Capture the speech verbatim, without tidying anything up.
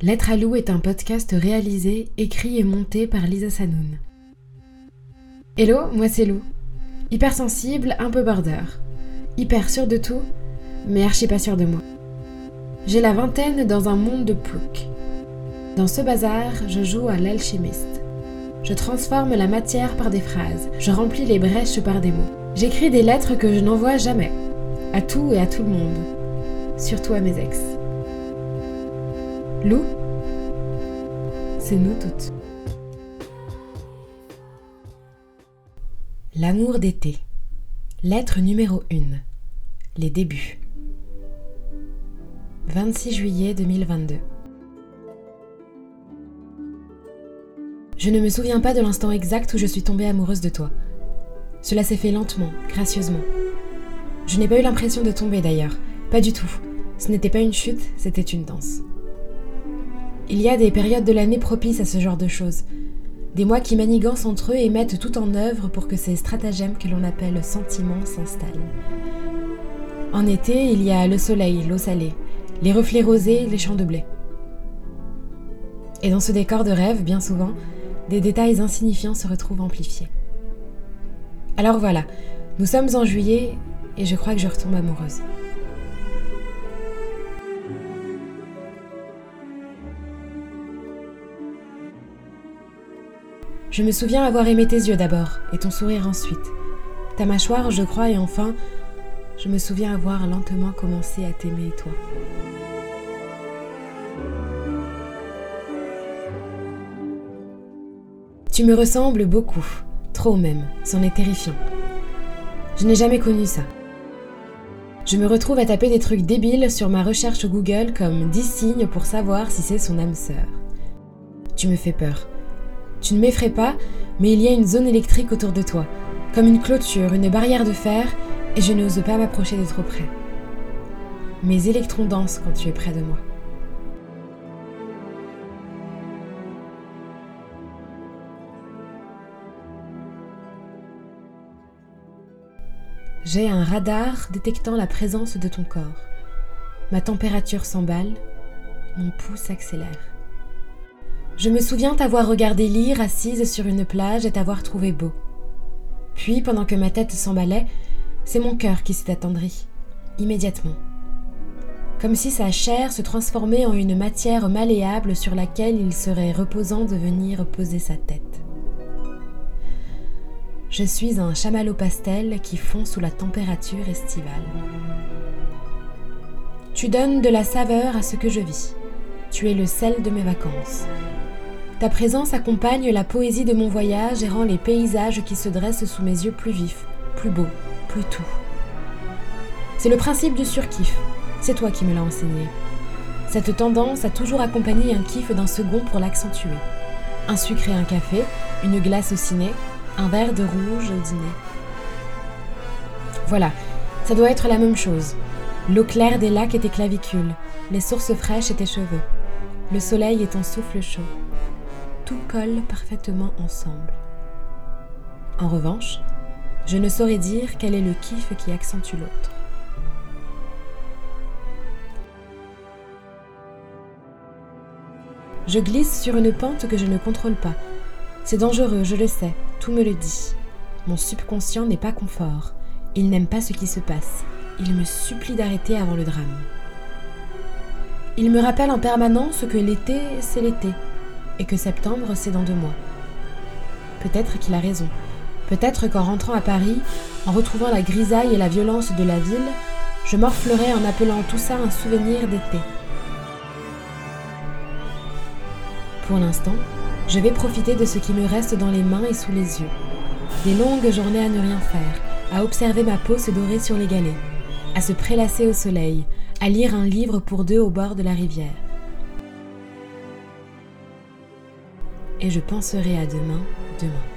Lettre à Lou est un podcast réalisé, écrit et monté par Lisa Sanoun. Hello, moi c'est Lou. Hypersensible, un peu border. Hyper sûre de tout, mais archi pas sûre de moi. J'ai la vingtaine dans un monde de plouc. Dans ce bazar, je joue à l'alchimiste. Je transforme la matière par des phrases. Je remplis les brèches par des mots. J'écris des lettres que je n'envoie jamais. À tout et à tout le monde. Surtout à mes ex. Lou, c'est nous toutes. L'amour d'été. Lettre numéro un. Les débuts. vingt-six juillet deux mille vingt-deux. Je ne me souviens pas de l'instant exact où je suis tombée amoureuse de toi. Cela s'est fait lentement, gracieusement. Je n'ai pas eu l'impression de tomber d'ailleurs, pas du tout. Ce n'était pas une chute, c'était une danse. Il y a des périodes de l'année propices à ce genre de choses. Des mois qui manigancent entre eux et mettent tout en œuvre pour que ces stratagèmes que l'on appelle sentiments s'installent. En été, il y a le soleil, l'eau salée, les reflets rosés, les champs de blé. Et dans ce décor de rêve, bien souvent, des détails insignifiants se retrouvent amplifiés. Alors voilà, nous sommes en juillet et je crois que je retombe amoureuse. Je me souviens avoir aimé tes yeux d'abord, et ton sourire ensuite. Ta mâchoire, je crois, et enfin, je me souviens avoir lentement commencé à t'aimer, toi. Tu me ressembles beaucoup, trop même, c'en est terrifiant. Je n'ai jamais connu ça. Je me retrouve à taper des trucs débiles sur ma recherche Google comme dix signes pour savoir si c'est son âme sœur. Tu me fais peur. Tu ne m'effraies pas, mais il y a une zone électrique autour de toi, comme une clôture, une barrière de fer, et je n'ose pas m'approcher de trop près. Mes électrons dansent quand tu es près de moi. J'ai un radar détectant la présence de ton corps. Ma température s'emballe, mon pouls s'accélère. Je me souviens t'avoir regardé lire assise sur une plage et t'avoir trouvé beau. Puis, pendant que ma tête s'emballait, c'est mon cœur qui s'est attendri, immédiatement. Comme si sa chair se transformait en une matière malléable sur laquelle il serait reposant de venir poser sa tête. Je suis un chamallow pastel qui fond sous la température estivale. Tu donnes de la saveur à ce que je vis. Tu es le sel de mes vacances. Ta présence accompagne la poésie de mon voyage et rend les paysages qui se dressent sous mes yeux plus vifs, plus beaux, plus tout. C'est le principe du surkiff, c'est toi qui me l'as enseigné. Cette tendance a toujours accompagné un kiff d'un second pour l'accentuer. Un sucre et un café, une glace au ciné, un verre de rouge au dîner. Voilà, ça doit être la même chose. L'eau claire des lacs et tes clavicules, les sources fraîches et tes cheveux, le soleil et ton souffle chaud. Tout colle parfaitement ensemble. En revanche, je ne saurais dire quel est le kiff qui accentue l'autre. Je glisse sur une pente que je ne contrôle pas. C'est dangereux, je le sais, tout me le dit. Mon subconscient n'est pas confort. Il n'aime pas ce qui se passe. Il me supplie d'arrêter avant le drame. Il me rappelle en permanence que l'été, c'est l'été. Et que septembre, c'est dans deux mois. Peut-être qu'il a raison. Peut-être qu'en rentrant à Paris, en retrouvant la grisaille et la violence de la ville, je morflerai en appelant tout ça un souvenir d'été. Pour l'instant, je vais profiter de ce qui me reste dans les mains et sous les yeux. Des longues journées à ne rien faire, à observer ma peau se dorer sur les galets, à se prélasser au soleil, à lire un livre pour deux au bord de la rivière. Et je penserai à demain, demain.